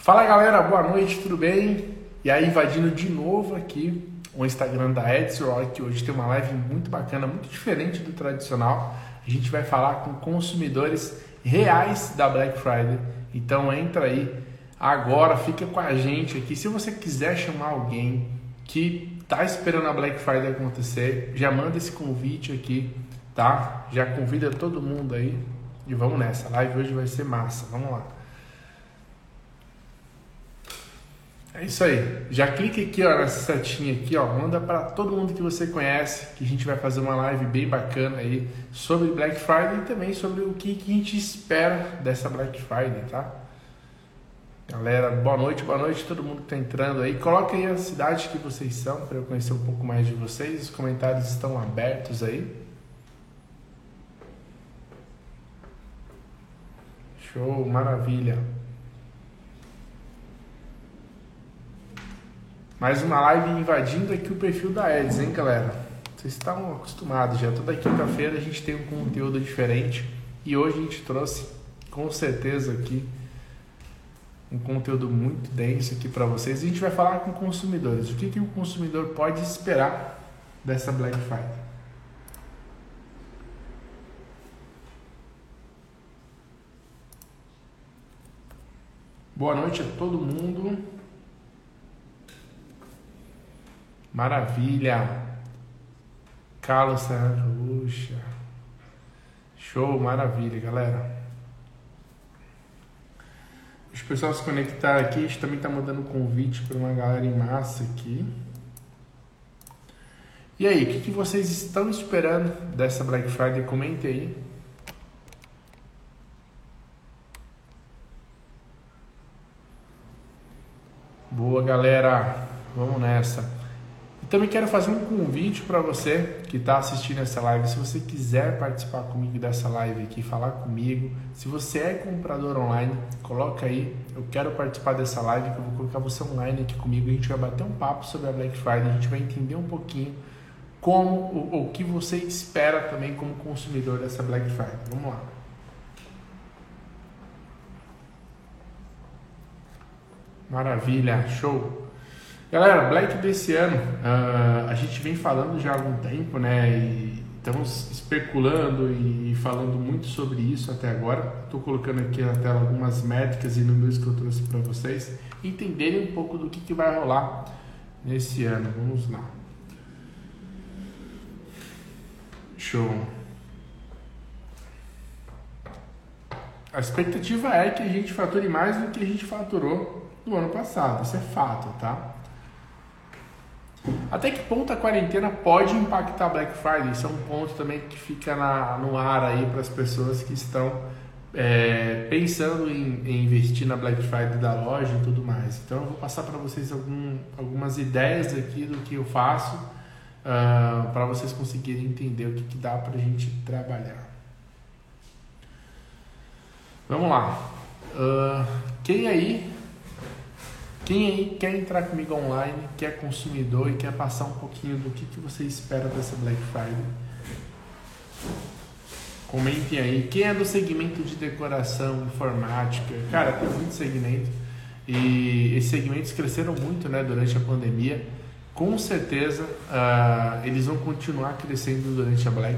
Fala galera, boa noite, tudo bem? E aí, invadindo de novo aqui o Instagram da Eds Rock, hoje tem uma live muito bacana, muito diferente do tradicional. A gente vai falar com consumidores reais da Black Friday. Então entra aí agora, fica com a gente aqui. Se você quiser chamar alguém que tá esperando a Black Friday acontecer, já manda esse convite aqui, tá? Já convida todo mundo aí e vamos nessa. A live hoje vai ser massa, vamos lá. É isso aí, já clica aqui ó, nessa setinha aqui, ó, manda para todo mundo que você conhece, que a gente vai fazer uma live bem bacana aí sobre Black Friday e também sobre o que a gente espera dessa Black Friday, tá? Galera, boa noite todo mundo que tá entrando aí, coloca aí a cidade que vocês são para eu conhecer um pouco mais de vocês, os comentários estão abertos aí. Show, maravilha. Mais uma live invadindo aqui o perfil da Eds, hein, galera? Vocês estão acostumados já. Toda quinta-feira a gente tem um conteúdo diferente. E hoje a gente trouxe, com certeza, aqui um conteúdo muito denso aqui para vocês. A gente vai falar com consumidores. O que o consumidor pode esperar dessa Black Friday? Boa noite a todo mundo. Maravilha, Carlos Serrucha, show, maravilha, galera. Deixa o pessoal se conectar aqui, a gente também está mandando convite para uma galera em massa aqui. E aí, o que vocês estão esperando dessa Black Friday? Comente aí. Boa, galera, vamos nessa. Também quero fazer um convite para você que está assistindo essa live. Se você quiser participar comigo dessa live aqui, falar comigo, se você é comprador online, coloca aí, eu quero participar dessa live, que eu vou colocar você online aqui comigo. A gente vai bater um papo sobre a Black Friday, a gente vai entender um pouquinho como, o que você espera também como consumidor dessa Black Friday. Vamos lá. Maravilha, show! Galera, Black desse ano, a gente vem falando já há algum tempo, né? E estamos especulando e falando muito sobre isso até agora. Estou colocando aqui na tela algumas métricas e números que eu trouxe para vocês entenderem um pouco do que vai rolar nesse ano. Vamos lá. Show. A expectativa é que a gente fature mais do que a gente faturou no ano passado. Isso é fato, tá? Até que ponto a quarentena pode impactar a Black Friday? Isso é um ponto também que fica no ar aí para as pessoas que estão pensando em investir na Black Friday da loja e tudo mais. Então eu vou passar para vocês algumas ideias aqui do que eu faço para vocês conseguirem entender o que dá para a gente trabalhar. Vamos lá. Quem aí quer entrar comigo online, que é consumidor e quer passar um pouquinho do que você espera dessa Black Friday? Comentem aí. Quem é do segmento de decoração, informática? Cara, tem muito segmento. E esses segmentos cresceram muito, né, durante a pandemia. Com certeza, eles vão continuar crescendo durante a Black.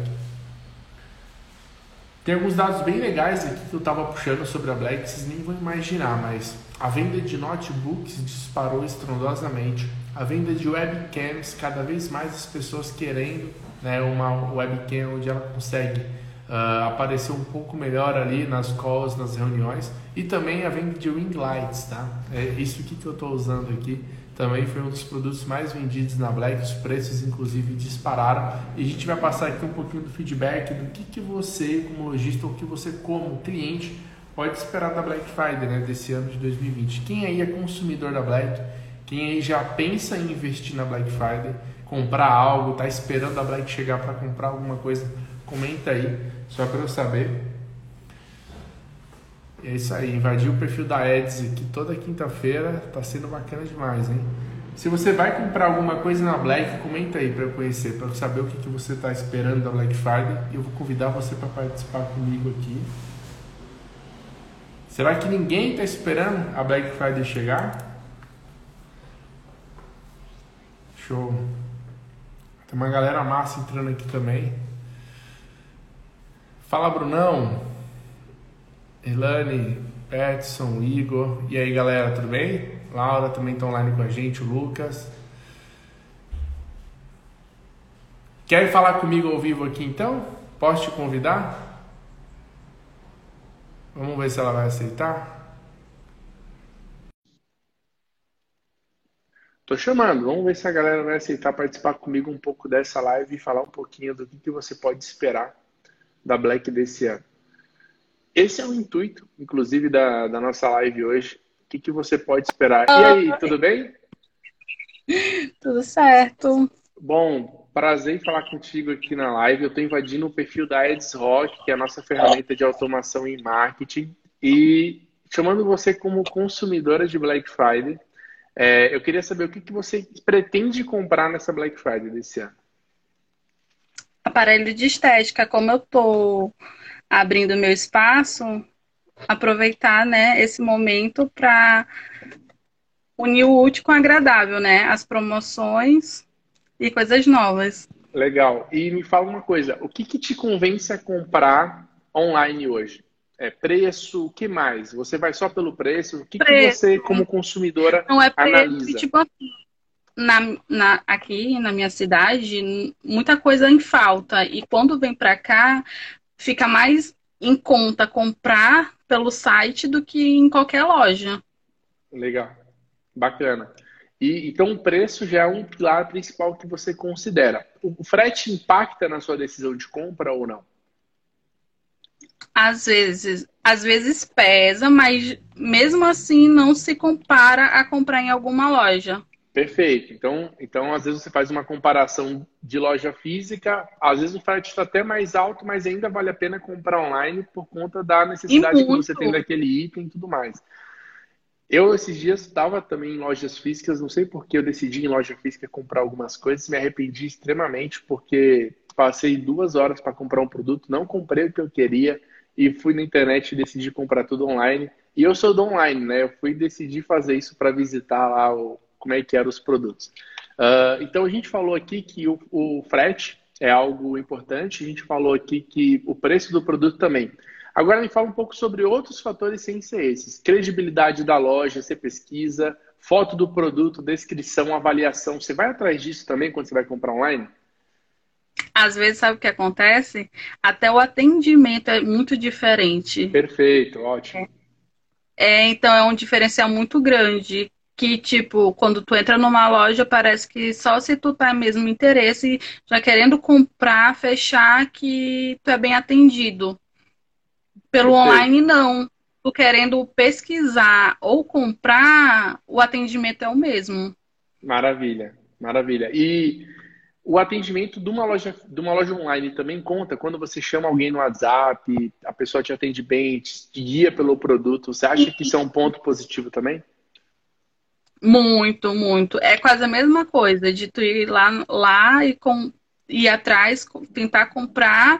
Tem alguns dados bem legais aqui que eu estava puxando sobre a Black, vocês nem vão imaginar, mas a venda de notebooks disparou estrondosamente, a venda de webcams, cada vez mais as pessoas querendo, né, uma webcam onde ela consegue aparecer um pouco melhor ali nas calls, nas reuniões, e também a venda de ring lights, tá? Isso aqui que eu estou usando aqui também foi um dos produtos mais vendidos na Black, os preços inclusive dispararam, e a gente vai passar aqui um pouquinho do feedback do que você como lojista ou que você como cliente pode esperar da Black Friday, né, desse ano de 2020. Quem aí é consumidor da Black, quem aí já pensa em investir na Black Friday, comprar algo, tá esperando a Black chegar para comprar alguma coisa, comenta aí, só para eu saber. É isso aí, invadir o perfil da Eds aqui toda quinta-feira, tá sendo bacana demais, hein? Se você vai comprar alguma coisa na Black, comenta aí para eu conhecer, para eu saber o que você tá esperando da Black Friday, e eu vou convidar você para participar comigo aqui. Será que ninguém está esperando a Black Friday chegar? Show. Tem uma galera massa entrando aqui também. Fala, Brunão. Elane, Petson, Igor. E aí, galera, tudo bem? Laura também está online com a gente, o Lucas. Quer falar comigo ao vivo aqui então? Posso te convidar? Vamos ver se ela vai aceitar. Tô chamando, vamos ver se a galera vai aceitar participar comigo um pouco dessa live e falar um pouquinho do que você pode esperar da Black desse ano. Esse é o intuito, inclusive, da nossa live hoje. O que você pode esperar? E aí, tudo bem? Tudo certo. Bom, prazer em falar contigo aqui na live. Eu estou invadindo o perfil da Eds Rock, que é a nossa ferramenta de automação em marketing, e chamando você como consumidora de Black Friday. Eu queria saber o que você pretende comprar nessa Black Friday desse ano. Aparelho de estética, como eu tô abrindo meu espaço, aproveitar, né, esse momento para unir o útil com o agradável, né? As promoções e coisas novas. Legal. E me fala uma coisa, o que te convence a comprar online hoje? Preço, o que mais? Você vai só pelo preço? O que Preço, você, como consumidora, não é preço, e, analisa? tipo, aqui na minha cidade, muita coisa em falta. E quando vem para cá, fica mais em conta comprar pelo site do que em qualquer loja. Legal. Bacana. E então o preço já é um pilar principal que você considera. O frete impacta na sua decisão de compra ou não? Às vezes pesa, mas mesmo assim não se compara a comprar em alguma loja. Perfeito. Então, às vezes você faz uma comparação de loja física, às vezes o frete está até mais alto, mas ainda vale a pena comprar online por conta da E necessidade que você tem muito. daquele item e tudo mais. Eu, esses dias, estava também em lojas físicas, não sei por que eu decidi em loja física comprar algumas coisas, me arrependi extremamente, porque passei 2 horas para comprar um produto, não comprei o que eu queria e fui na internet e decidi comprar tudo online. E eu sou do online, né? Eu fui decidir fazer isso para visitar lá como é que eram os produtos. Então, a gente falou aqui que o frete é algo importante, a gente falou aqui que o preço do produto também. Agora me fala um pouco sobre outros fatores sem ser esses. Credibilidade da loja, você pesquisa, foto do produto, descrição, avaliação. Você vai atrás disso também quando você vai comprar online? Às vezes, sabe o que acontece? Até o atendimento é muito diferente. Perfeito, ótimo. Então é um diferencial muito grande. Que, tipo, quando tu entra numa loja, parece que só se tu tá mesmo interesse, já querendo comprar, fechar, que tu é bem atendido. Pelo Perfeito. online, não. Tu querendo pesquisar ou comprar, o atendimento é o mesmo. Maravilha, maravilha. E o atendimento de uma loja online também conta quando você chama alguém no WhatsApp, a pessoa te atende bem, te guia pelo produto. Você acha que isso é um ponto positivo também? Muito, muito. É quase a mesma coisa de tu ir lá ir atrás, tentar comprar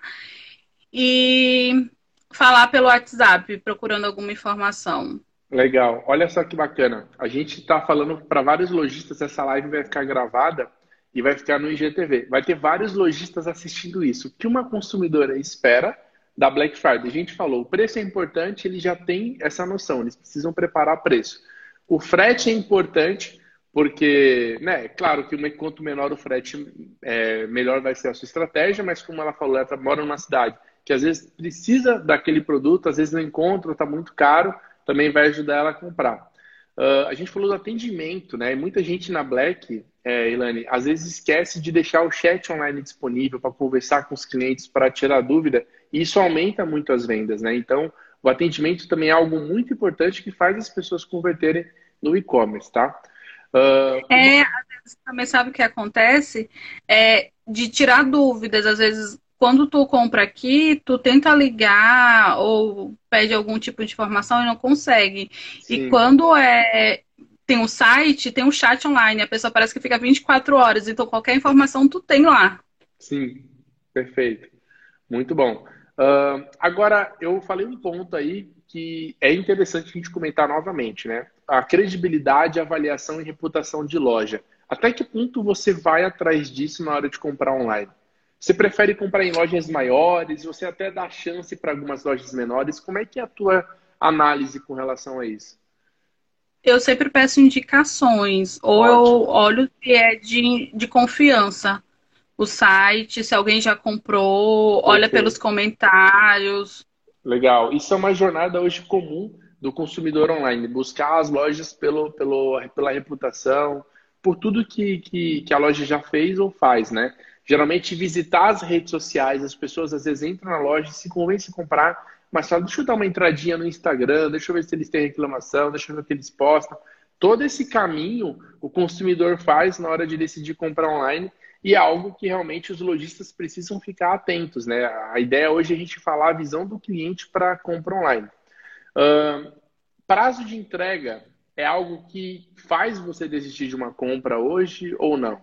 e falar pelo WhatsApp, procurando alguma informação. Legal. Olha só que bacana. A gente está falando para vários lojistas, essa live vai ficar gravada e vai ficar no IGTV. Vai ter vários lojistas assistindo isso. O que uma consumidora espera da Black Friday? A gente falou, o preço é importante, eles já têm essa noção, eles precisam preparar preço. O frete é importante, porque, né, claro que quanto menor o frete, melhor vai ser a sua estratégia, mas como ela falou, ela mora numa cidade que às vezes precisa daquele produto, às vezes não encontra, está muito caro, também vai ajudar ela a comprar. A gente falou do atendimento, né? E muita gente na Black, Ilane, às vezes esquece de deixar o chat online disponível para conversar com os clientes, para tirar dúvida, e isso aumenta muito as vendas, né? Então, o atendimento também é algo muito importante que faz as pessoas converterem no e-commerce, tá? Às vezes também sabe o que acontece? É de tirar dúvidas. Às vezes, quando tu compra aqui, tu tenta ligar ou pede algum tipo de informação e não consegue. E Sim, quando tem um site, tem um chat online, a pessoa parece que fica 24 horas, então qualquer informação tu tem lá. sim, perfeito. Muito bom. Agora, eu falei um ponto aí que é interessante a gente comentar novamente, né? A credibilidade, avaliação e reputação de loja. Até que ponto você vai atrás disso na hora de comprar online? Você prefere comprar em lojas maiores? Você até dá chance para algumas lojas menores? Como é que é a tua análise com relação a isso? Eu sempre peço indicações, ou eu Ótimo, olho se é de confiança o site, se alguém já comprou, olha pelos perfeito. comentários. Legal. Isso é uma jornada hoje comum do consumidor online, buscar as lojas pela reputação, por tudo que a loja já fez ou faz, né? Geralmente visitar as redes sociais, as pessoas às vezes entram na loja e se convencem a comprar, mas falam, deixa eu dar uma entradinha no Instagram, deixa eu ver se eles têm reclamação, deixa eu ver o que eles postam. Todo esse caminho o consumidor faz na hora de decidir comprar online e é algo que realmente os lojistas precisam ficar atentos, né? A ideia hoje é a gente falar a visão do cliente para a compra online. Ahn, prazo de entrega é algo que faz você desistir de uma compra hoje ou não?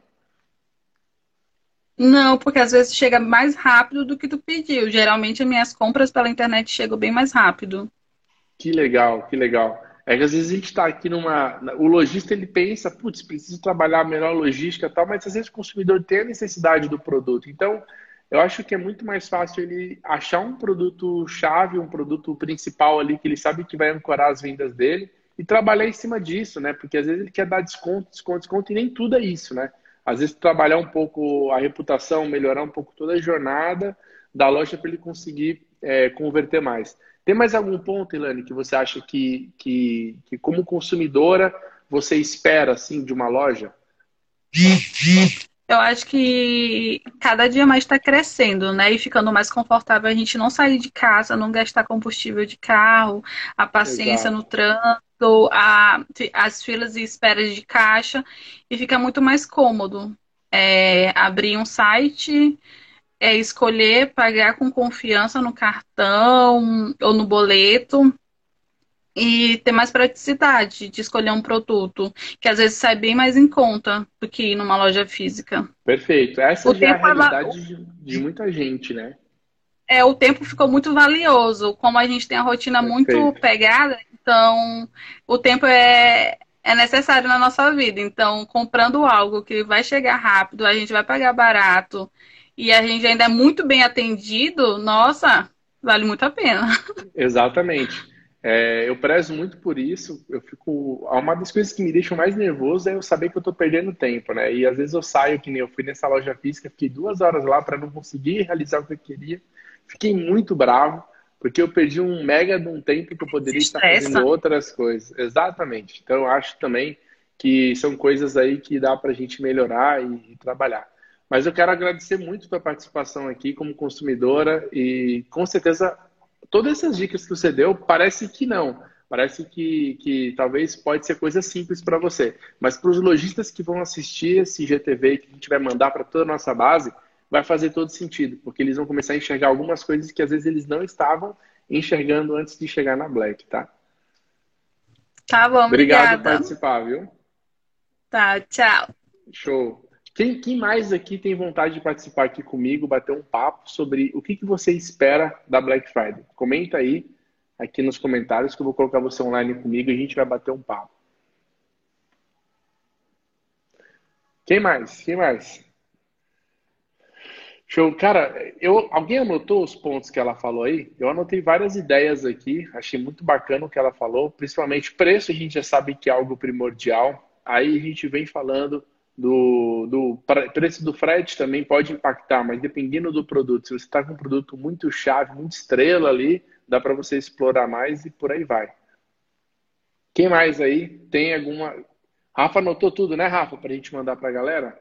Não, porque às vezes chega mais rápido do que tu pediu. Geralmente as minhas compras pela internet chegam bem mais rápido. Que legal, que legal. É que às vezes a gente está aqui numa. O lojista ele pensa, putz, preciso trabalhar a melhor logística e tal, mas às vezes o consumidor tem a necessidade do produto. Então, eu acho que é muito mais fácil ele achar um produto chave, um produto principal ali que ele sabe que vai ancorar as vendas dele e trabalhar em cima disso, né? Porque às vezes ele quer dar desconto, desconto, desconto e nem tudo é isso, né? Às vezes trabalhar um pouco a reputação, melhorar um pouco toda a jornada da loja para ele conseguir converter mais. Tem mais algum ponto, Ilane, que você acha que como consumidora você espera assim de uma loja? Eu acho que cada dia mais está crescendo, né? E ficando mais confortável a gente não sair de casa, não gastar combustível de carro, a paciência no Exato. trânsito, as filas e esperas de caixa, e fica muito mais cômodo. Abrir um site, escolher pagar com confiança no cartão ou no boleto. E ter mais praticidade de escolher um produto, que às vezes sai bem mais em conta do que ir numa loja física. Perfeito. Essa O já é a tempo, realidade de muita gente, né? o tempo ficou muito valioso. Como a gente tem a rotina muito Perfeito. pegada, então o tempo é necessário na nossa vida. Então, comprando algo que vai chegar rápido, a gente vai pagar barato e a gente ainda é muito bem atendido, nossa, vale muito a pena. Exatamente. Eu prezo muito por isso. Eu fico. Uma das coisas que me deixam mais nervoso é eu saber que eu estou perdendo tempo, né? E às vezes eu saio, que nem eu fui nessa loja física, fiquei 2 horas lá para não conseguir realizar o que eu queria. Fiquei muito bravo, porque eu perdi um mega de um tempo que eu Se poderia estar fazendo estressa. outras coisas. Exatamente. Então eu acho também que são coisas aí que dá para a gente melhorar e trabalhar. Mas eu quero agradecer muito a tua participação aqui como consumidora e com certeza todas essas dicas que você deu parece que não. Parece que talvez pode ser coisa simples para você. Mas para os lojistas que vão assistir esse GTV que a gente vai mandar para toda a nossa base, vai fazer todo sentido, porque eles vão começar a enxergar algumas coisas que às vezes eles não estavam enxergando antes de chegar na Black, tá? Tá bom, Obrigado por obrigada. participar, viu? Tá, tchau. Show. Quem mais aqui tem vontade de participar aqui comigo, bater um papo sobre o que você espera da Black Friday? Comenta aí, aqui nos comentários, que eu vou colocar você online comigo e a gente vai bater um papo. Quem mais? Quem mais? Show. Cara, alguém anotou os pontos que ela falou aí? Eu anotei várias ideias aqui, achei muito bacana o que ela falou, principalmente preço, a gente já sabe que é algo primordial. Aí a gente vem falando preço do frete também pode impactar, mas dependendo do produto, se você está com um produto muito chave, muito estrela ali, dá para você explorar mais e por aí vai. Quem mais aí tem alguma. Rafa anotou tudo, né, Rafa, para a gente mandar para a galera?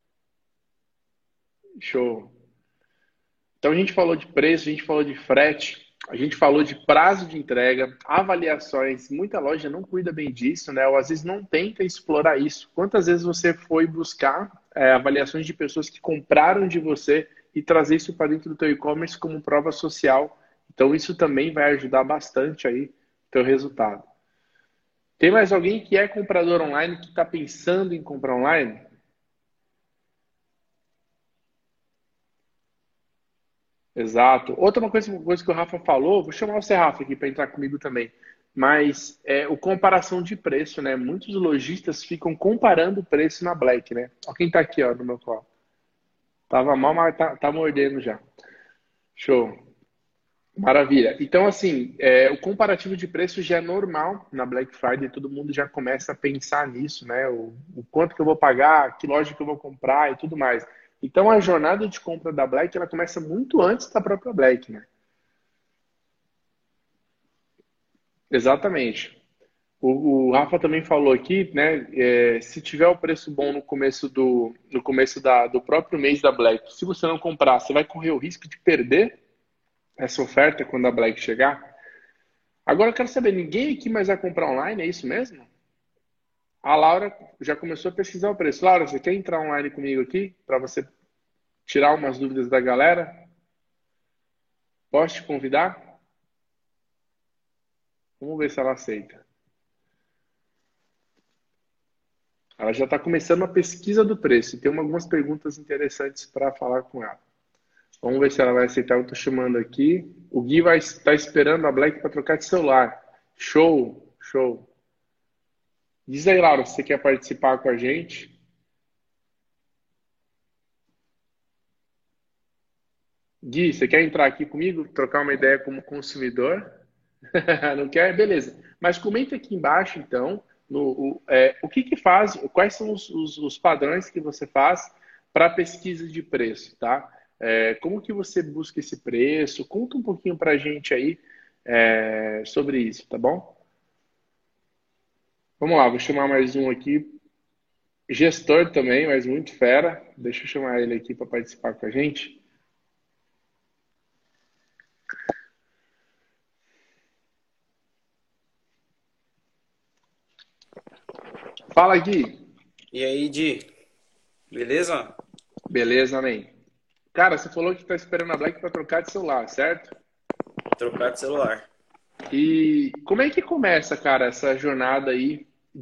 Show. Então a gente falou de preço, a gente falou de frete, a gente falou de prazo de entrega, avaliações. Muita loja não cuida bem disso, né? Ou às vezes não tenta explorar isso. Quantas vezes você foi buscar avaliações de pessoas que compraram de você e trazer isso para dentro do teu e-commerce como prova social? Então isso também vai ajudar bastante aí o teu resultado. Tem mais alguém que é comprador online que está pensando em comprar online? Exato. Outra uma coisa que o Rafa falou, vou chamar você, Rafa, aqui para entrar comigo também. Mas o comparação de preço, né? Muitos lojistas ficam comparando o preço na Black, né? Ó quem tá aqui, ó, no meu colo. Tava mal, mas tá mordendo já. Show. Maravilha. Então, assim, o comparativo de preço já é normal na Black Friday, todo mundo já começa a pensar nisso, né? O quanto que eu vou pagar, que loja que eu vou comprar e tudo mais. Então, a jornada de compra da Black, ela começa muito antes da própria Black, né? Exatamente. O Rafa também falou aqui, né? Se tiver o preço bom no começo do próprio mês da Black, se você não comprar, você vai correr o risco de perder essa oferta quando a Black chegar. Agora eu quero saber, ninguém aqui mais vai comprar online, é isso mesmo? A Laura já começou a pesquisar o preço. Laura, você quer entrar online comigo aqui para você tirar umas dúvidas da galera? Posso te convidar? Vamos ver se ela aceita. Ela já está começando a pesquisa do preço e tem algumas perguntas interessantes para falar com ela. Vamos ver se ela vai aceitar. Eu estou chamando aqui. O Gui vai estar esperando a Black para trocar de celular. Show, show. Diz aí, Laura, se você quer participar com a gente. Gui, você quer entrar aqui comigo, trocar uma ideia como consumidor? Não quer? Beleza. Mas comenta aqui embaixo, então, o que que faz, quais são os padrões que você faz para pesquisa de preço, tá? Como que você busca esse preço? Conta um pouquinho para a gente aí sobre isso, tá bom? Vamos lá, vou chamar mais um aqui. Gestor também, mas muito fera. Deixa eu chamar ele aqui para participar com a gente. Fala, Gui. E aí, Di, beleza? Beleza, man? Cara, você falou que tá esperando a Black para trocar de celular, certo? Trocar de celular. E como é que começa, cara, essa jornada aí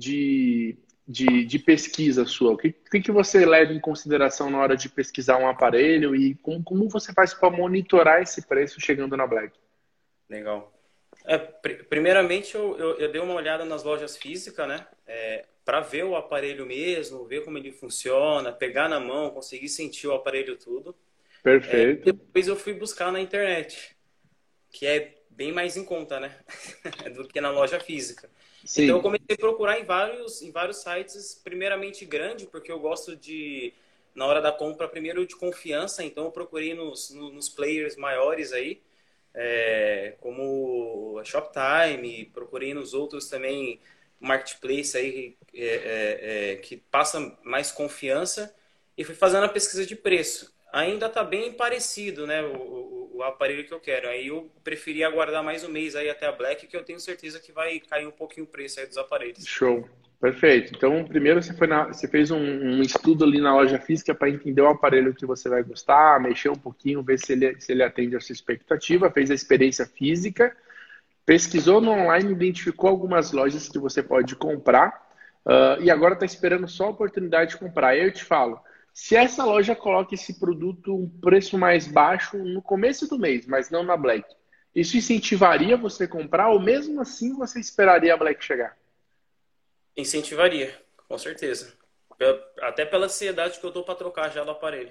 de pesquisa sua? O que você leva em consideração na hora de pesquisar um aparelho e como você faz para monitorar esse preço chegando na Black? Legal. Primeiramente, eu dei uma olhada nas lojas físicas, né? Para ver o aparelho mesmo, ver como ele funciona, pegar na mão, conseguir sentir o aparelho tudo. Perfeito. Depois eu fui buscar na internet, que é bem mais em conta, né? Do que na loja física. Então eu Sim, comecei a procurar em vários sites, primeiramente grande, porque eu gosto de, na hora da compra, primeiro de confiança, então eu procurei nos players maiores aí, como a Shoptime, procurei nos outros também, marketplace aí, que passa mais confiança, e fui fazendo a pesquisa de preço. Ainda está bem parecido, né, o aparelho que eu quero. Aí eu preferi aguardar mais um mês aí até a Black, que eu tenho certeza que vai cair um pouquinho o preço aí dos aparelhos. show. Perfeito. Então, primeiro você fez um estudo ali na loja física para entender o aparelho que você vai gostar, mexer um pouquinho, ver se ele atende a sua expectativa, fez a experiência física, pesquisou no online, identificou algumas lojas que você pode comprar, e agora está esperando só a oportunidade de comprar. Aí eu te falo, se essa loja coloca esse produto um preço mais baixo no começo do mês, mas não na Black, isso incentivaria você a comprar ou mesmo assim você esperaria a Black chegar? Incentivaria, com certeza. Até pela ansiedade que eu tô para trocar já do aparelho.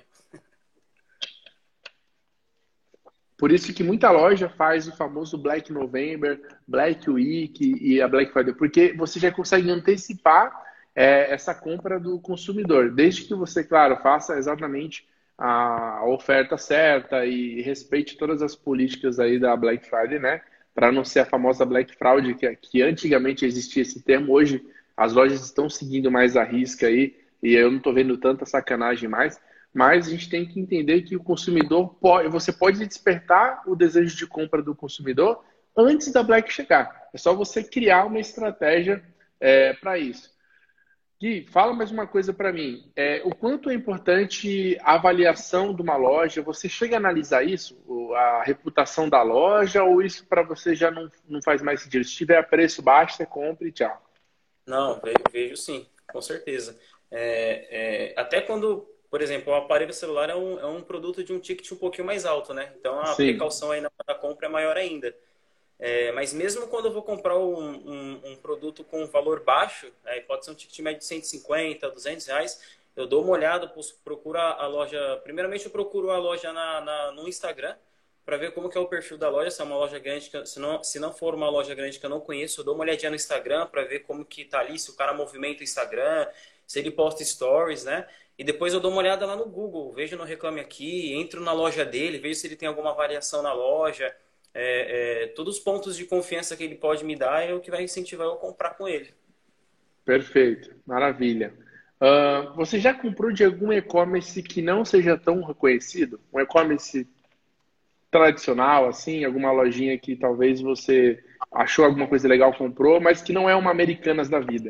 Por isso que muita loja faz o famoso Black November, Black Week e a Black Friday, porque você já consegue antecipar essa compra do consumidor, desde que você, claro, faça exatamente a oferta certa e respeite todas as políticas aí da Black Friday, né? Para não ser a famosa Black Fraud, que antigamente existia esse termo, hoje as lojas estão seguindo mais a risca aí, e eu não estou vendo tanta sacanagem mais. Mas a gente tem que entender que o consumidor pode, você pode despertar o desejo de compra do consumidor antes da Black chegar. É só você criar uma estratégia para isso. Gui, fala mais uma coisa para mim. O quanto é importante a avaliação de uma loja? Você chega a analisar isso? A reputação da loja? Ou isso para você já não faz mais sentido? Se tiver a preço baixo, você compra e tchau. Não, vejo sim, com certeza. Até quando por exemplo, o aparelho celular é um produto de um ticket um pouquinho mais alto, né? Então a Sim, precaução aí na compra é maior ainda. Mas mesmo quando eu vou comprar um produto com valor baixo, pode ser um ticket médio de 150, R$ 200, eu dou uma olhada, procuro a loja. Primeiramente, eu procuro a loja no Instagram para ver como que é o perfil da loja, se é uma loja grande, se não for uma loja grande que eu não conheço, eu dou uma olhadinha no Instagram para ver como que tá ali, se o cara movimenta o Instagram, se ele posta stories, né? E depois eu dou uma olhada lá no Google, vejo no Reclame Aqui, entro na loja dele, vejo se ele tem alguma variação na loja. Todos os pontos de confiança que ele pode me dar é o que vai incentivar eu a comprar com ele. perfeito. Maravilha. Você já comprou de algum e-commerce que não seja tão reconhecido? Um e-commerce tradicional, assim, alguma lojinha que talvez você achou alguma coisa legal, comprou, mas que não é uma Americanas da vida.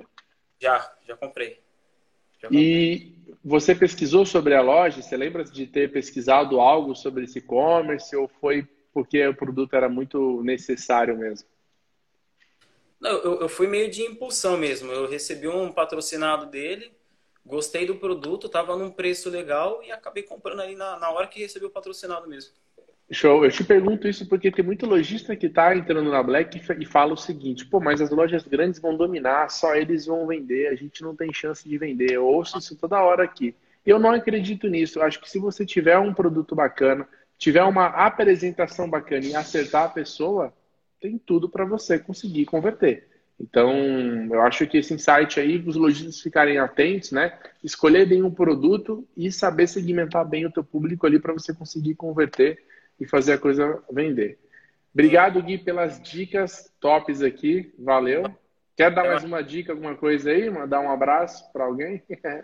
Já comprei. Já comprei. E você pesquisou sobre a loja? Você lembra de ter pesquisado algo sobre esse e-commerce ou foi porque o produto era muito necessário mesmo? Não, eu fui meio de impulsão mesmo. Eu recebi um patrocinado dele, gostei do produto, estava num preço legal e acabei comprando ali na hora que recebi o patrocinado mesmo. Show. Eu te pergunto isso porque tem muito lojista que está entrando na Black e fala o seguinte: pô, mas as lojas grandes vão dominar, só eles vão vender, a gente não tem chance de vender. Eu ouço isso toda hora aqui. Eu não acredito nisso. Eu acho que se você tiver um produto bacana, tiver uma apresentação bacana e acertar a pessoa, tem tudo para você conseguir converter. Então, eu acho que esse insight aí, os lojistas ficarem atentos, né? Escolher bem um produto e saber segmentar bem o teu público ali para você conseguir converter e fazer a coisa vender. Sim. Obrigado, Gui, pelas dicas tops aqui. Valeu. Quer dar Até mais mais. uma dica, alguma coisa aí? Mandar um abraço para alguém?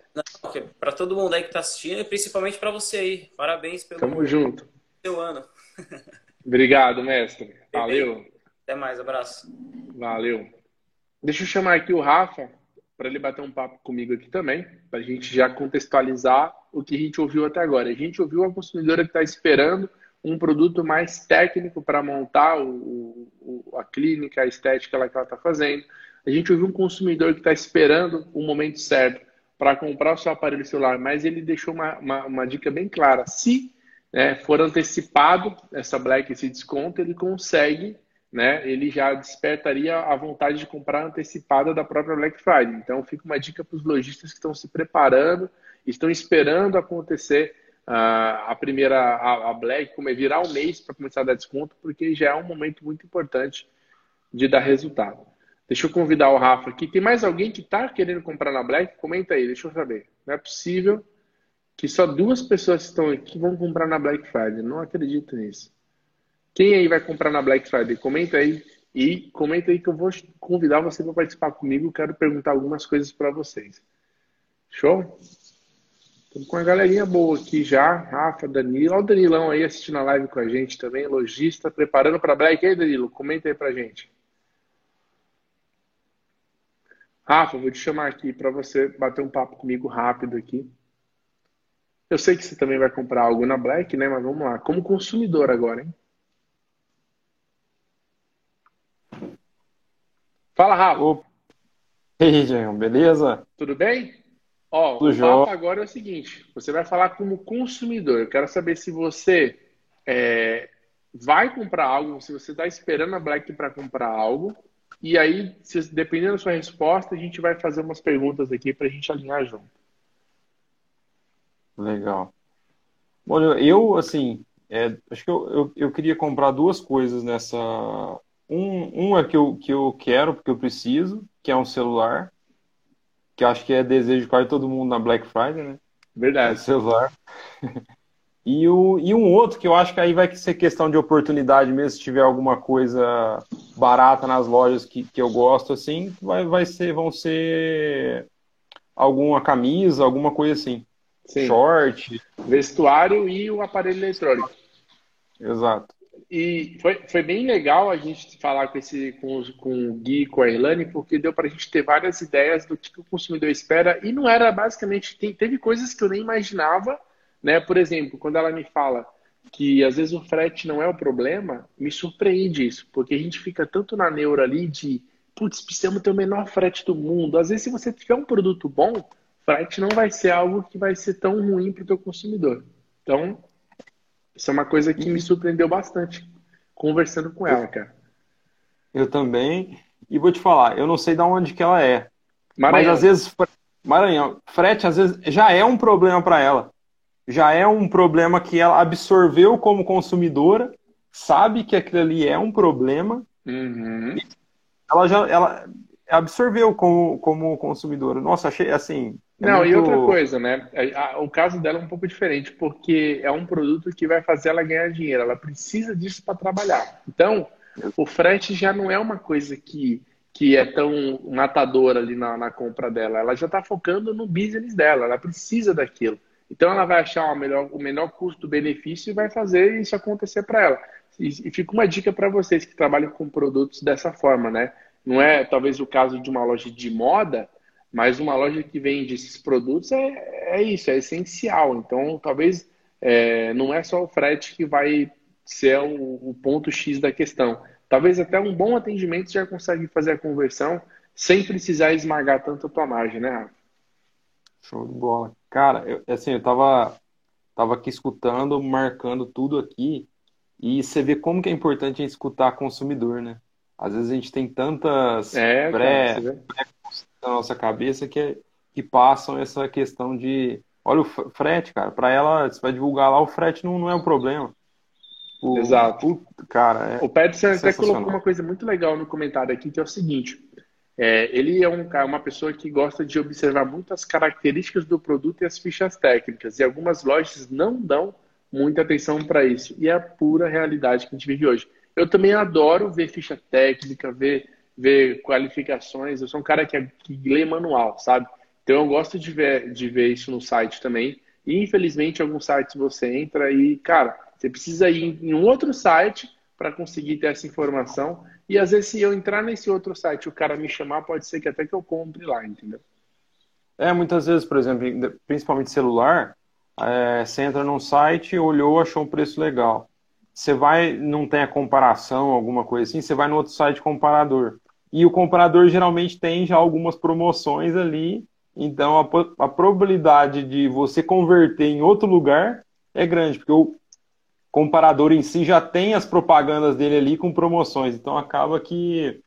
Para todo mundo aí que está assistindo e principalmente para você aí. Parabéns Tamo pelo junto. seu ano. Obrigado, mestre. Bem. Valeu. Até mais, abraço. Valeu. Deixa eu chamar aqui o Rafa para ele bater um papo comigo aqui também, para a gente já contextualizar o que a gente ouviu até agora. A gente ouviu uma consumidora que está esperando um produto mais técnico para montar a clínica, a estética que ela está fazendo. A gente ouviu um consumidor que está esperando o momento certo para comprar o seu aparelho celular, mas ele deixou uma dica bem clara. Se for antecipado essa Black, esse desconto, ele consegue, né? Ele já despertaria a vontade de comprar antecipada da própria Black Friday. Então, fica uma dica para os lojistas que estão se preparando, estão esperando acontecer a primeira, a Black, como é virar o mês para começar a dar desconto, porque já é um momento muito importante de dar resultado. Deixa eu convidar o Rafa aqui. Tem mais alguém que está querendo comprar na Black? Comenta aí, deixa eu saber. Não é possível que só 2 pessoas que estão aqui vão comprar na Black Friday. Não acredito nisso. Quem aí vai comprar na Black Friday? Comenta aí. E comenta aí que eu vou convidar você para participar comigo. Quero perguntar algumas coisas para vocês. Show? Estamos com uma galerinha boa aqui já. Rafa, Danilo. Olha o Danilão aí assistindo a live com a gente também. Lojista, preparando para Black. E aí, Danilo? Comenta aí pra gente. Rafa, vou te chamar aqui para você bater um papo comigo rápido aqui. Eu sei que você também vai comprar algo na Black, né? Mas vamos lá. Como consumidor agora, hein? Fala, Rafa. Opa, e aí, Jean, beleza? Tudo bem? Ó, Tudo o jóia. papo agora é o seguinte: você vai falar como consumidor. Eu quero saber se você vai comprar algo, se você está esperando a Black para comprar algo. E aí, dependendo da sua resposta, a gente vai fazer umas perguntas aqui para a gente alinhar junto. Legal. Bom, eu, assim, acho que eu queria comprar duas coisas nessa. Um é que eu quero, porque eu preciso, que é um celular, que eu acho que é desejo de quase todo mundo na Black Friday, né? É Verdade. celular. E um outro que eu acho que aí vai ser questão de oportunidade mesmo, se tiver alguma coisa barata nas lojas que eu gosto, assim, vão ser alguma camisa, alguma coisa assim. Sim. Short, Vestuário e o aparelho eletrônico. exato. E foi bem legal a gente falar com o Gui e com a Irlane, porque deu para a gente ter várias ideias do que o consumidor espera. E não era basicamente. Teve coisas que eu nem imaginava, né? Por exemplo, quando ela me fala que às vezes o frete não é o problema, me surpreende isso, porque a gente fica tanto na neura ali de, putz, precisamos ter o menor frete do mundo. Às vezes, se você tiver um produto bom, frete não vai ser algo que vai ser tão ruim para o teu consumidor. Então, isso é uma coisa que me E surpreendeu bastante conversando com ela, cara. eu também. E vou te falar, eu não sei de onde que ela é, mas às Maranhão. vezes Maranhão, frete às vezes já é um problema para ela. Já é um problema que ela absorveu como consumidora, sabe que aquilo ali é um problema, Uhum. ela absorveu como consumidora. Nossa, achei assim, é Não, e outra muito. coisa, né? O caso dela é um pouco diferente, porque é um produto que vai fazer ela ganhar dinheiro. Ela precisa disso para trabalhar. Então, o frete já não é uma coisa que é tão matadora ali na compra dela. Ela já está focando no business dela. Ela precisa daquilo. Então, ela vai achar o melhor custo-benefício e vai fazer isso acontecer para ela. E fica uma dica para vocês que trabalham com produtos dessa forma, né? Não é talvez o caso de uma loja de moda, mas uma loja que vende esses produtos é isso, é essencial. Então, talvez não é só o frete que vai ser o ponto X da questão. Talvez até um bom atendimento já consegue fazer a conversão sem precisar esmagar tanto a tua margem, né, Rafa? Show de bola. Cara, assim, eu tava aqui escutando, marcando tudo aqui, e você vê como que é importante a gente escutar consumidor, né? Às vezes a gente tem tantas Cara, você vê? na nossa cabeça que passam essa questão de, olha o frete, cara, para ela, você vai divulgar lá, o frete não é um problema. Exato. Cara, O é Peterson até colocou uma sensacional. coisa muito legal no comentário aqui, que é o seguinte: ele é uma pessoa que gosta de observar muito as características do produto e as fichas técnicas, e algumas lojas não dão muita atenção para isso, e é a pura realidade que a gente vive hoje. Eu também adoro ver ficha técnica, ver qualificações. Eu sou um cara que lê manual, sabe? Então eu gosto de ver isso no site também. E infelizmente, alguns sites você entra e, cara, você precisa ir em um outro site para conseguir ter essa informação. E às vezes, se eu entrar nesse outro site e o cara me chamar, pode ser que até que eu compre lá, entendeu? Muitas vezes, por exemplo, principalmente celular, você entra num site, olhou, achou um preço legal. Você vai, não tem a comparação, alguma coisa assim, você vai no outro site comparador. E o comparador geralmente tem já algumas promoções ali, então a probabilidade de você converter em outro lugar é grande, porque o comparador em si já tem as propagandas dele ali com promoções, então acaba que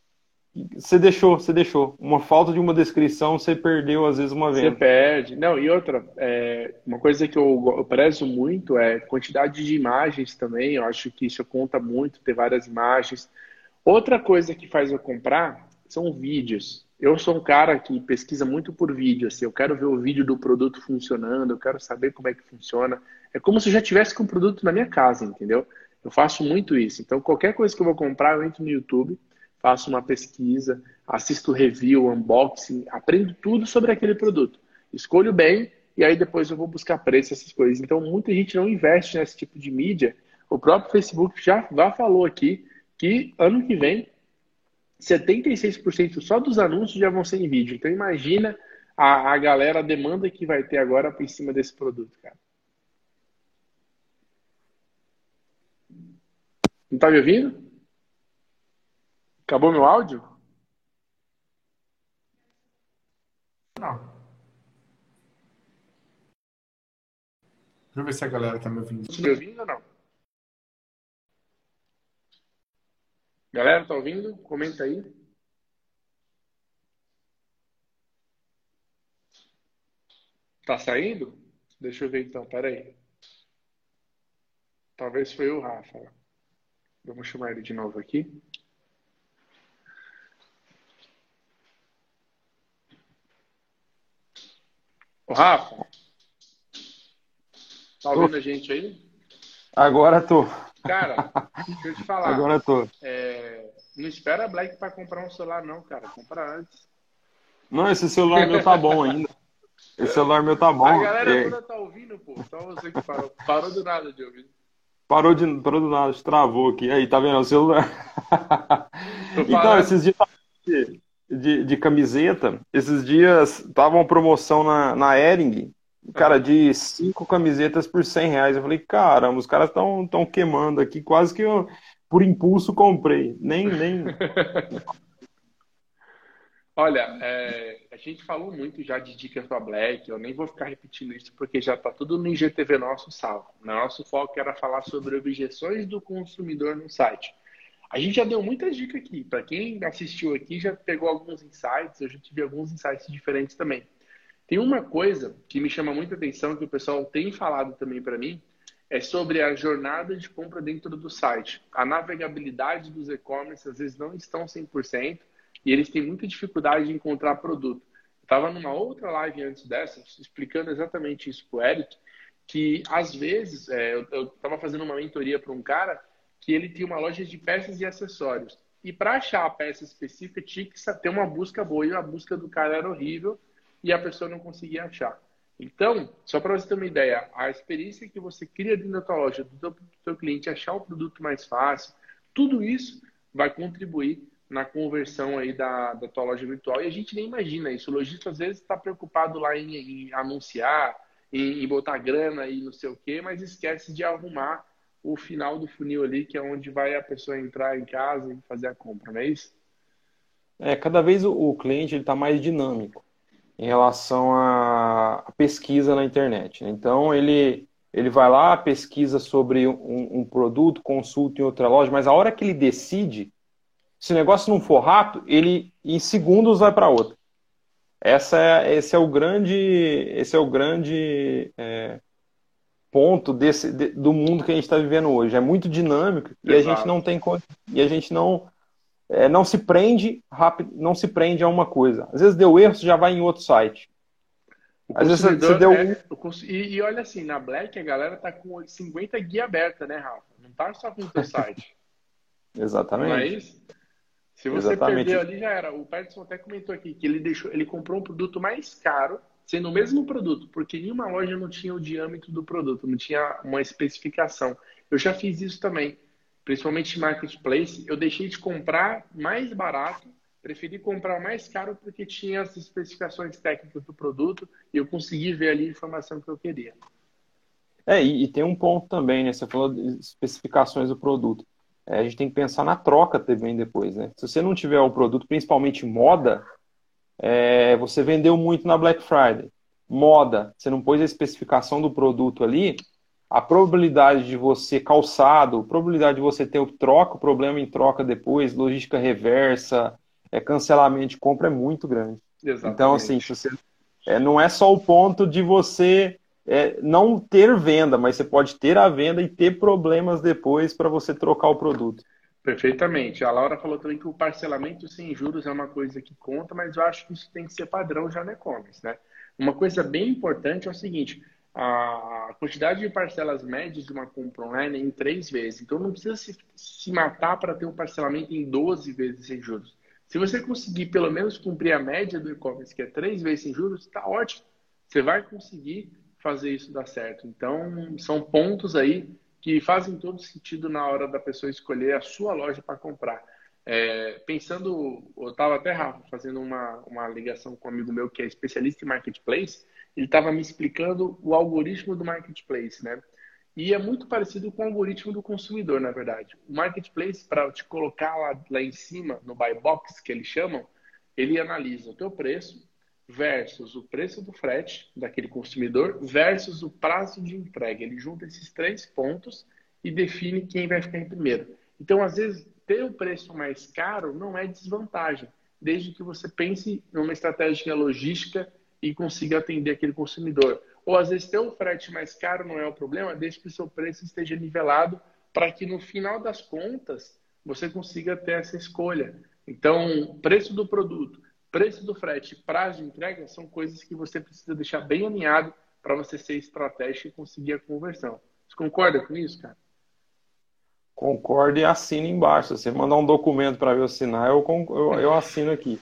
você deixou. Uma falta de uma descrição, você perdeu às vezes uma Você venda. perde. Não, e outra, uma coisa que eu prezo muito é quantidade de imagens também. Eu acho que isso conta muito, ter várias imagens. Outra coisa que faz eu comprar são vídeos. Eu sou um cara que pesquisa muito por vídeo. Assim, eu quero ver o vídeo do produto funcionando, eu quero saber como é que funciona. É como se eu já tivesse com o produto na minha casa, entendeu? Eu faço muito isso. Então, qualquer coisa que eu vou comprar, eu entro no YouTube, faço uma pesquisa, assisto review, unboxing, aprendo tudo sobre aquele produto. Escolho bem e aí depois eu vou buscar preço, essas coisas. Então, muita gente não investe nesse tipo de mídia. O próprio Facebook já falou aqui que ano que vem 76% só dos anúncios já vão ser em vídeo. Então imagina a galera, a demanda que vai ter agora em cima desse produto, cara. Não tá me ouvindo? Acabou meu áudio? Não. Deixa eu ver se a galera tá me ouvindo. Tá me ouvindo ou não? Galera, tá ouvindo? Comenta aí. Tá saindo? Deixa eu ver então, pera aí. Talvez foi o Rafa. Vamos chamar ele de novo aqui. O Rafa, tá Tô- ouvindo a gente aí? Agora tô. Cara, deixa eu te falar. Agora tô. Não espera a Black para comprar um celular, não, cara. Compra antes. Não, esse celular meu tá bom ainda. Esse celular meu tá A bom. galera toda tá ouvindo, pô. Só você que parou. Parou do nada de ouvir. Parou do nada, travou aqui. Aí, tá vendo o celular? Tô Então, falando. esses dias de camiseta, esses dias tava uma promoção na Hering, cara, Aham. de 5 camisetas por R$ 100. Eu falei, caramba, os caras estão queimando aqui, quase que eu, por impulso, comprei. Nem. Olha, a gente falou muito já de dicas para Black, eu nem vou ficar repetindo isso porque já está tudo no IGTV nosso salvo. Nosso foco era falar sobre objeções do consumidor no site. A gente já deu muita dica aqui. Para quem assistiu aqui, já pegou alguns insights, eu já tive alguns insights diferentes também. Tem uma coisa que me chama muita atenção, que o pessoal tem falado também para mim, é sobre a jornada de compra dentro do site. A navegabilidade dos e-commerce às vezes não estão 100% e eles têm muita dificuldade de encontrar produto. Eu estava numa outra live antes dessa, explicando exatamente isso para o Eric, que às vezes, eu estava fazendo uma mentoria para um cara que ele tinha uma loja de peças e acessórios. E para achar a peça específica, tinha que ter uma busca boa e a busca do cara era horrível e a pessoa não conseguia achar. Então, só para você ter uma ideia, a experiência que você cria dentro da tua loja, do teu cliente, achar o produto mais fácil, tudo isso vai contribuir na conversão aí da tua loja virtual. E a gente nem imagina isso. O lojista, às vezes, está preocupado lá em anunciar, em botar grana e não sei o quê, mas esquece de arrumar o final do funil ali, que é onde vai a pessoa entrar em casa e fazer a compra, não é isso? Cada vez o cliente está mais dinâmico em relação à pesquisa na internet, né? Então, ele vai lá, pesquisa sobre um produto, consulta em outra loja, mas a hora que ele decide, se o negócio não for rápido, ele em segundos vai para outra. Esse é o grande ponto do mundo que a gente está vivendo hoje. É muito dinâmico e a gente não tem e a gente não se prende rápido, não se prende a uma coisa. Às vezes deu erro, você já vai em outro site. Às vezes você deu e olha assim, na Black a galera tá com 50 guia aberta, né, Rafa? Não tá só com o teu site. Exatamente. Não é isso? Se você perdeu ali, já era. O Peterson até comentou aqui que ele comprou um produto mais caro, sendo o mesmo produto, porque nenhuma loja não tinha o diâmetro do produto, não tinha uma especificação. Eu já fiz isso também, principalmente em Marketplace. Eu deixei de comprar mais barato, preferi comprar mais caro porque tinha as especificações técnicas do produto e eu consegui ver ali a informação que eu queria. E tem um ponto também, né? Você falou de especificações do produto. A gente tem que pensar na troca também depois, né? Se você não tiver o produto, principalmente moda, você vendeu muito na Black Friday. Moda, você não pôs a especificação do produto ali, a probabilidade de você calçado, a probabilidade de você ter o problema em troca depois, logística reversa, cancelamento de compra é muito grande. Exatamente. Então, assim, não é só o ponto de você não ter venda, mas você pode ter a venda e ter problemas depois para você trocar o produto. Perfeitamente. A Laura falou também que o parcelamento sem juros é uma coisa que conta, mas eu acho que isso tem que ser padrão já no e-commerce, né? Uma coisa bem importante é o seguinte, a quantidade de parcelas médias de uma compra online é em 3 vezes. Então não precisa se matar para ter um parcelamento em 12 vezes sem juros. Se você conseguir pelo menos cumprir a média do e-commerce, que é 3 vezes sem juros, está ótimo. Você vai conseguir fazer isso dar certo. Então, são pontos aí que fazem todo sentido na hora da pessoa escolher a sua loja para comprar. Pensando, eu estava até, Rafa, fazendo uma ligação com um amigo meu que é especialista em Marketplace, ele estava me explicando o algoritmo do Marketplace, né? E é muito parecido com o algoritmo do consumidor, na verdade. O Marketplace, para te colocar lá em cima, no buy box, que eles chamam, ele analisa o teu preço, versus o preço do frete daquele consumidor versus o prazo de entrega. Ele junta esses 3 pontos e define quem vai ficar em primeiro. Então, às vezes, ter o preço mais caro não é desvantagem, desde que você pense numa estratégia logística e consiga atender aquele consumidor. Ou, às vezes, ter o frete mais caro não é o problema, desde que o seu preço esteja nivelado para que, no final das contas, você consiga ter essa escolha. Então, preço do produto, preço do frete, prazo de entrega são coisas que você precisa deixar bem alinhado para você ser estratégico e conseguir a conversão. Você concorda com isso, cara? Concordo e assino embaixo. Se você mandar um documento para eu assinar, eu assino aqui.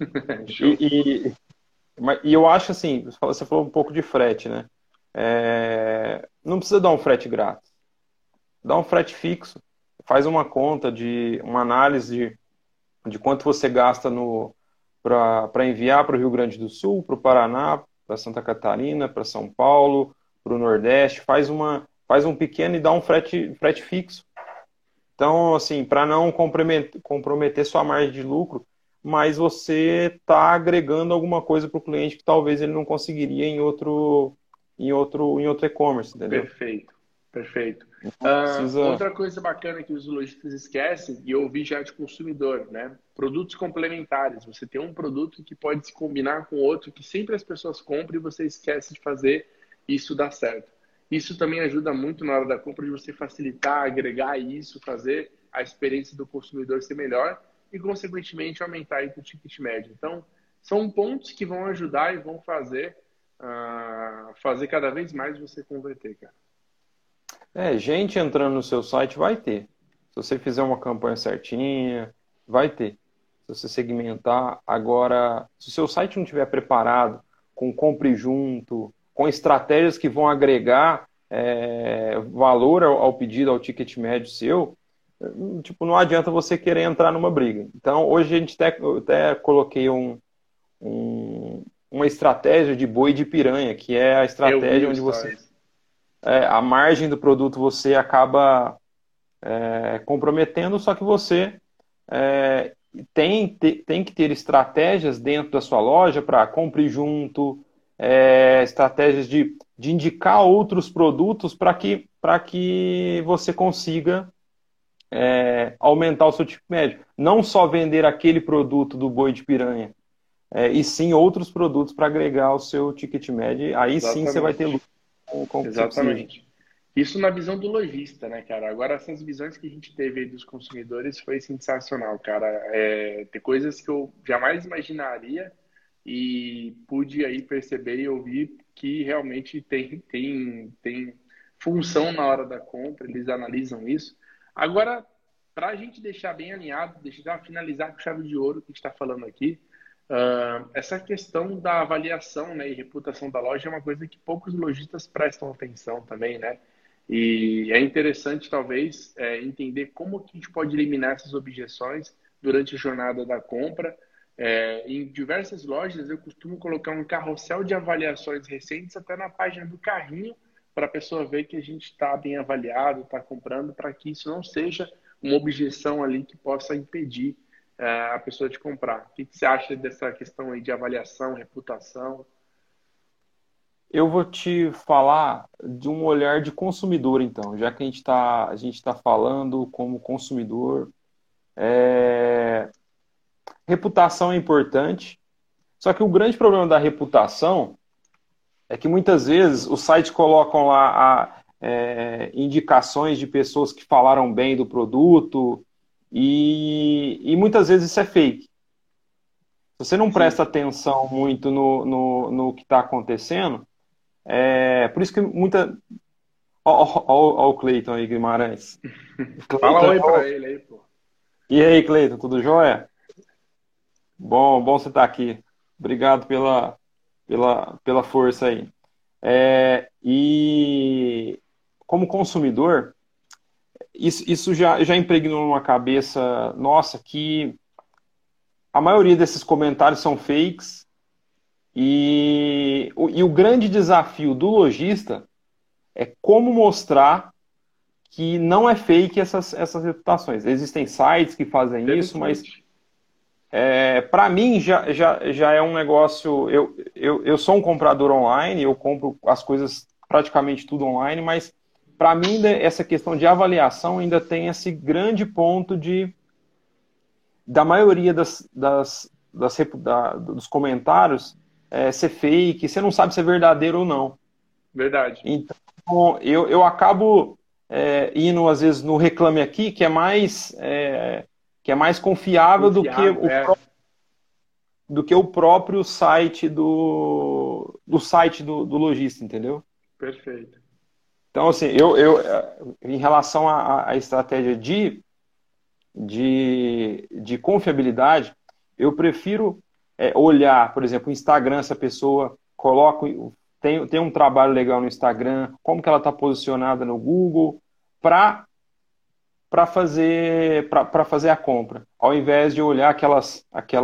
E eu acho assim, você falou um pouco de frete, né? Não precisa dar um frete grátis. Dá um frete fixo. Faz uma conta uma análise de quanto você gasta para enviar para o Rio Grande do Sul, para o Paraná, para Santa Catarina, para São Paulo, para o Nordeste, faz um pequeno e dá um frete fixo. Então, assim, para não comprometer sua margem de lucro, mas você está agregando alguma coisa para o cliente que talvez ele não conseguiria em outro e-commerce, entendeu? Perfeito, perfeito. Precisa... Outra coisa bacana que os lojistas esquecem, e eu ouvi já de consumidor, né? Produtos complementares. Você tem um produto que pode se combinar com outro, que sempre as pessoas compram e você esquece de fazer isso dar certo. Isso também ajuda muito na hora da compra de você facilitar, agregar isso, fazer a experiência do consumidor ser melhor e, consequentemente, aumentar aí o ticket médio. Então, são pontos que vão ajudar e vão fazer cada vez mais você converter, cara. Gente entrando no seu site vai ter. Se você fizer uma campanha certinha, vai ter. Se você segmentar. Agora, se o seu site não estiver preparado, com compre junto, com estratégias que vão agregar valor ao pedido, ao ticket médio seu, tipo, não adianta você querer entrar numa briga. Então, hoje a gente até coloquei uma estratégia de boi de piranha, que é a estratégia onde você... a margem do produto você acaba comprometendo, só que você tem que ter estratégias dentro da sua loja para compre junto, estratégias de indicar outros produtos para que você consiga aumentar o seu ticket médio. Não só vender aquele produto do boi de piranha, e sim outros produtos para agregar ao seu ticket médio. Aí Exatamente. Sim você vai ter lucro. Exatamente. Isso na visão do lojista, né, cara? Agora, essas visões que a gente teve aí dos consumidores foi sensacional, cara. Tem coisas que eu jamais imaginaria e pude aí perceber e ouvir que realmente tem função na hora da compra, eles analisam isso. Agora, para a gente deixar bem alinhado, finalizar com chave de ouro que a gente está falando aqui, essa questão da avaliação, né, e reputação da loja é uma coisa que poucos lojistas prestam atenção também, né? E é interessante, talvez, entender como que a gente pode eliminar essas objeções durante a jornada da compra. Em diversas lojas, eu costumo colocar um carrossel de avaliações recentes até na página do carrinho, para a pessoa ver que a gente está bem avaliado, está comprando, para que isso não seja uma objeção ali que possa impedir a pessoa de comprar. O que você acha dessa questão aí de avaliação, reputação? Eu vou te falar de um olhar de consumidor, então, já que a gente tá falando como consumidor. Reputação é importante, só que o grande problema da reputação é que muitas vezes os sites colocam lá indicações de pessoas que falaram bem do produto e muitas vezes isso é fake. Se você não presta atenção muito no que está acontecendo, por isso que Ó o Cleiton aí, Guimarães. Fala oi pra ele aí, pô. E aí, Cleiton, tudo jóia? Bom você estar aqui. Obrigado pela força aí. E como consumidor, isso já impregnou numa cabeça nossa que a maioria desses comentários são fakes e o grande desafio do lojista é como mostrar que não é fake essas reputações. Existem sites que fazem isso, mas para mim já é um negócio... Eu sou um comprador online, eu compro as coisas praticamente tudo online, mas para mim essa questão de avaliação ainda tem esse grande ponto da maioria dos comentários ser fake, você não sabe se é verdadeiro ou não. Verdade. Então, eu acabo indo, às vezes, no Reclame Aqui, que é mais confiável do que o próprio site do lojista, entendeu? Perfeito. Então, assim, em relação à estratégia de confiabilidade, eu prefiro olhar, por exemplo, o Instagram, se a pessoa tem um trabalho legal no Instagram, como que ela está posicionada no Google, para fazer a compra, ao invés de olhar aquelas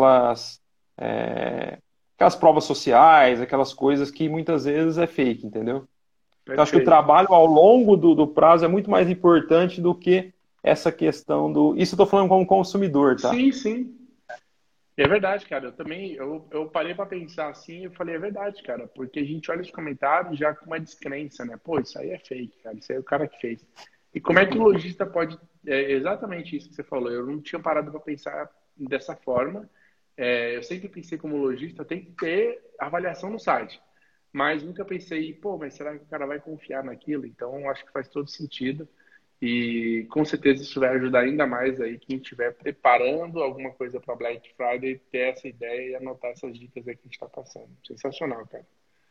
provas sociais, aquelas coisas que muitas vezes é fake, entendeu? Então, acho que o trabalho ao longo do prazo é muito mais importante do que essa questão do... Isso eu estou falando como consumidor, tá? Sim, sim. É verdade, cara. Eu também, eu parei pra pensar assim e eu falei, é verdade, cara, porque a gente olha os comentários já com uma descrença, né? Pô, isso aí é fake, cara. Isso aí é o cara que fez. E como é que o lojista pode. É exatamente isso que você falou. Eu não tinha parado pra pensar dessa forma. Eu sempre pensei como lojista, tem que ter avaliação no site. Mas nunca pensei, pô, mas será que o cara vai confiar naquilo? Então, acho que faz todo sentido. E com certeza isso vai ajudar ainda mais aí quem estiver preparando alguma coisa para Black Friday, ter essa ideia e anotar essas dicas aí que a gente está passando. Sensacional, cara.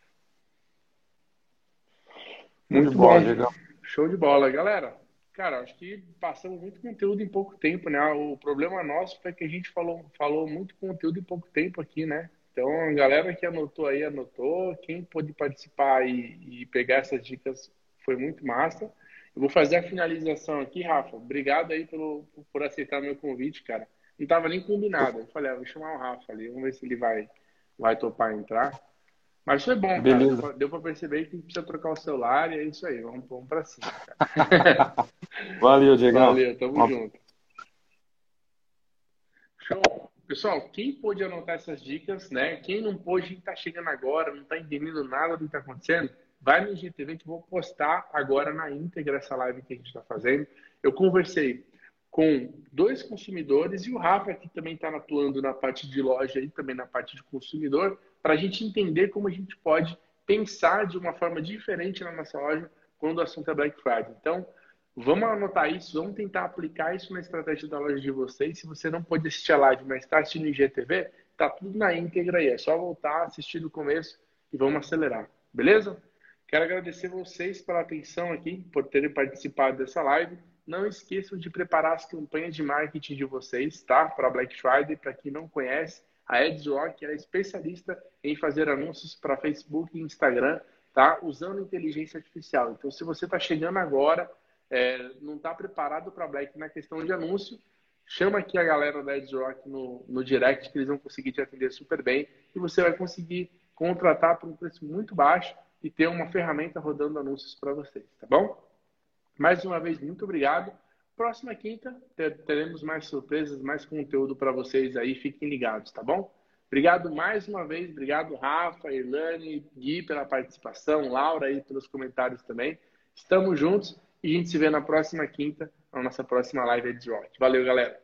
Show de Muito bola, bom. Diego. Show de bola, galera. Cara, acho que passamos muito conteúdo em pouco tempo, né? O problema nosso foi que a gente falou muito conteúdo em pouco tempo aqui, né? Então, a galera que anotou aí, anotou. Quem pôde participar e pegar essas dicas foi muito massa. Eu vou fazer a finalização aqui, Rafa. Obrigado aí por aceitar meu convite, cara. Não estava nem combinado. Eu falei, vou chamar o Rafa ali, vamos ver se ele vai topar entrar. Mas foi bom, cara. Beleza. Deu pra perceber que precisa trocar o celular e é isso aí. Vamos pra cima, cara. Valeu, Diegão. Valeu, tamo junto. Show. Pessoal, quem pôde anotar essas dicas, né? Quem não pôde, tá chegando agora, não tá entendendo nada do que tá acontecendo, vai no IGTV que eu vou postar agora na íntegra essa live que a gente está fazendo. Eu conversei com 2 consumidores e o Rafa, que também está atuando na parte de loja e também na parte de consumidor, para a gente entender como a gente pode pensar de uma forma diferente na nossa loja quando o assunto é Black Friday. Então, vamos anotar isso, vamos tentar aplicar isso na estratégia da loja de vocês. Se você não pode assistir a live, mas está assistindo o IGTV, tá tudo na íntegra aí. É só voltar, assistir do começo e vamos acelerar. Beleza? Quero agradecer vocês pela atenção aqui, por terem participado dessa live. Não esqueçam de preparar as campanhas de marketing de vocês, tá? Para Black Friday, para quem não conhece, a AdsRock é especialista em fazer anúncios para Facebook e Instagram, tá? Usando inteligência artificial. Então, se você está chegando agora, não está preparado para Black na questão de anúncio, chama aqui a galera da AdsRock no direct, que eles vão conseguir te atender super bem e você vai conseguir contratar por um preço muito baixo e ter uma ferramenta rodando anúncios para vocês, tá bom? Mais uma vez, muito obrigado. Próxima quinta, teremos mais surpresas, mais conteúdo para vocês aí. Fiquem ligados, tá bom? Obrigado mais uma vez. Obrigado, Rafa, Irlane, Gui, pela participação. Laura aí pelos comentários também. Estamos juntos e a gente se vê na próxima quinta, na nossa próxima live de Rock. Valeu, galera!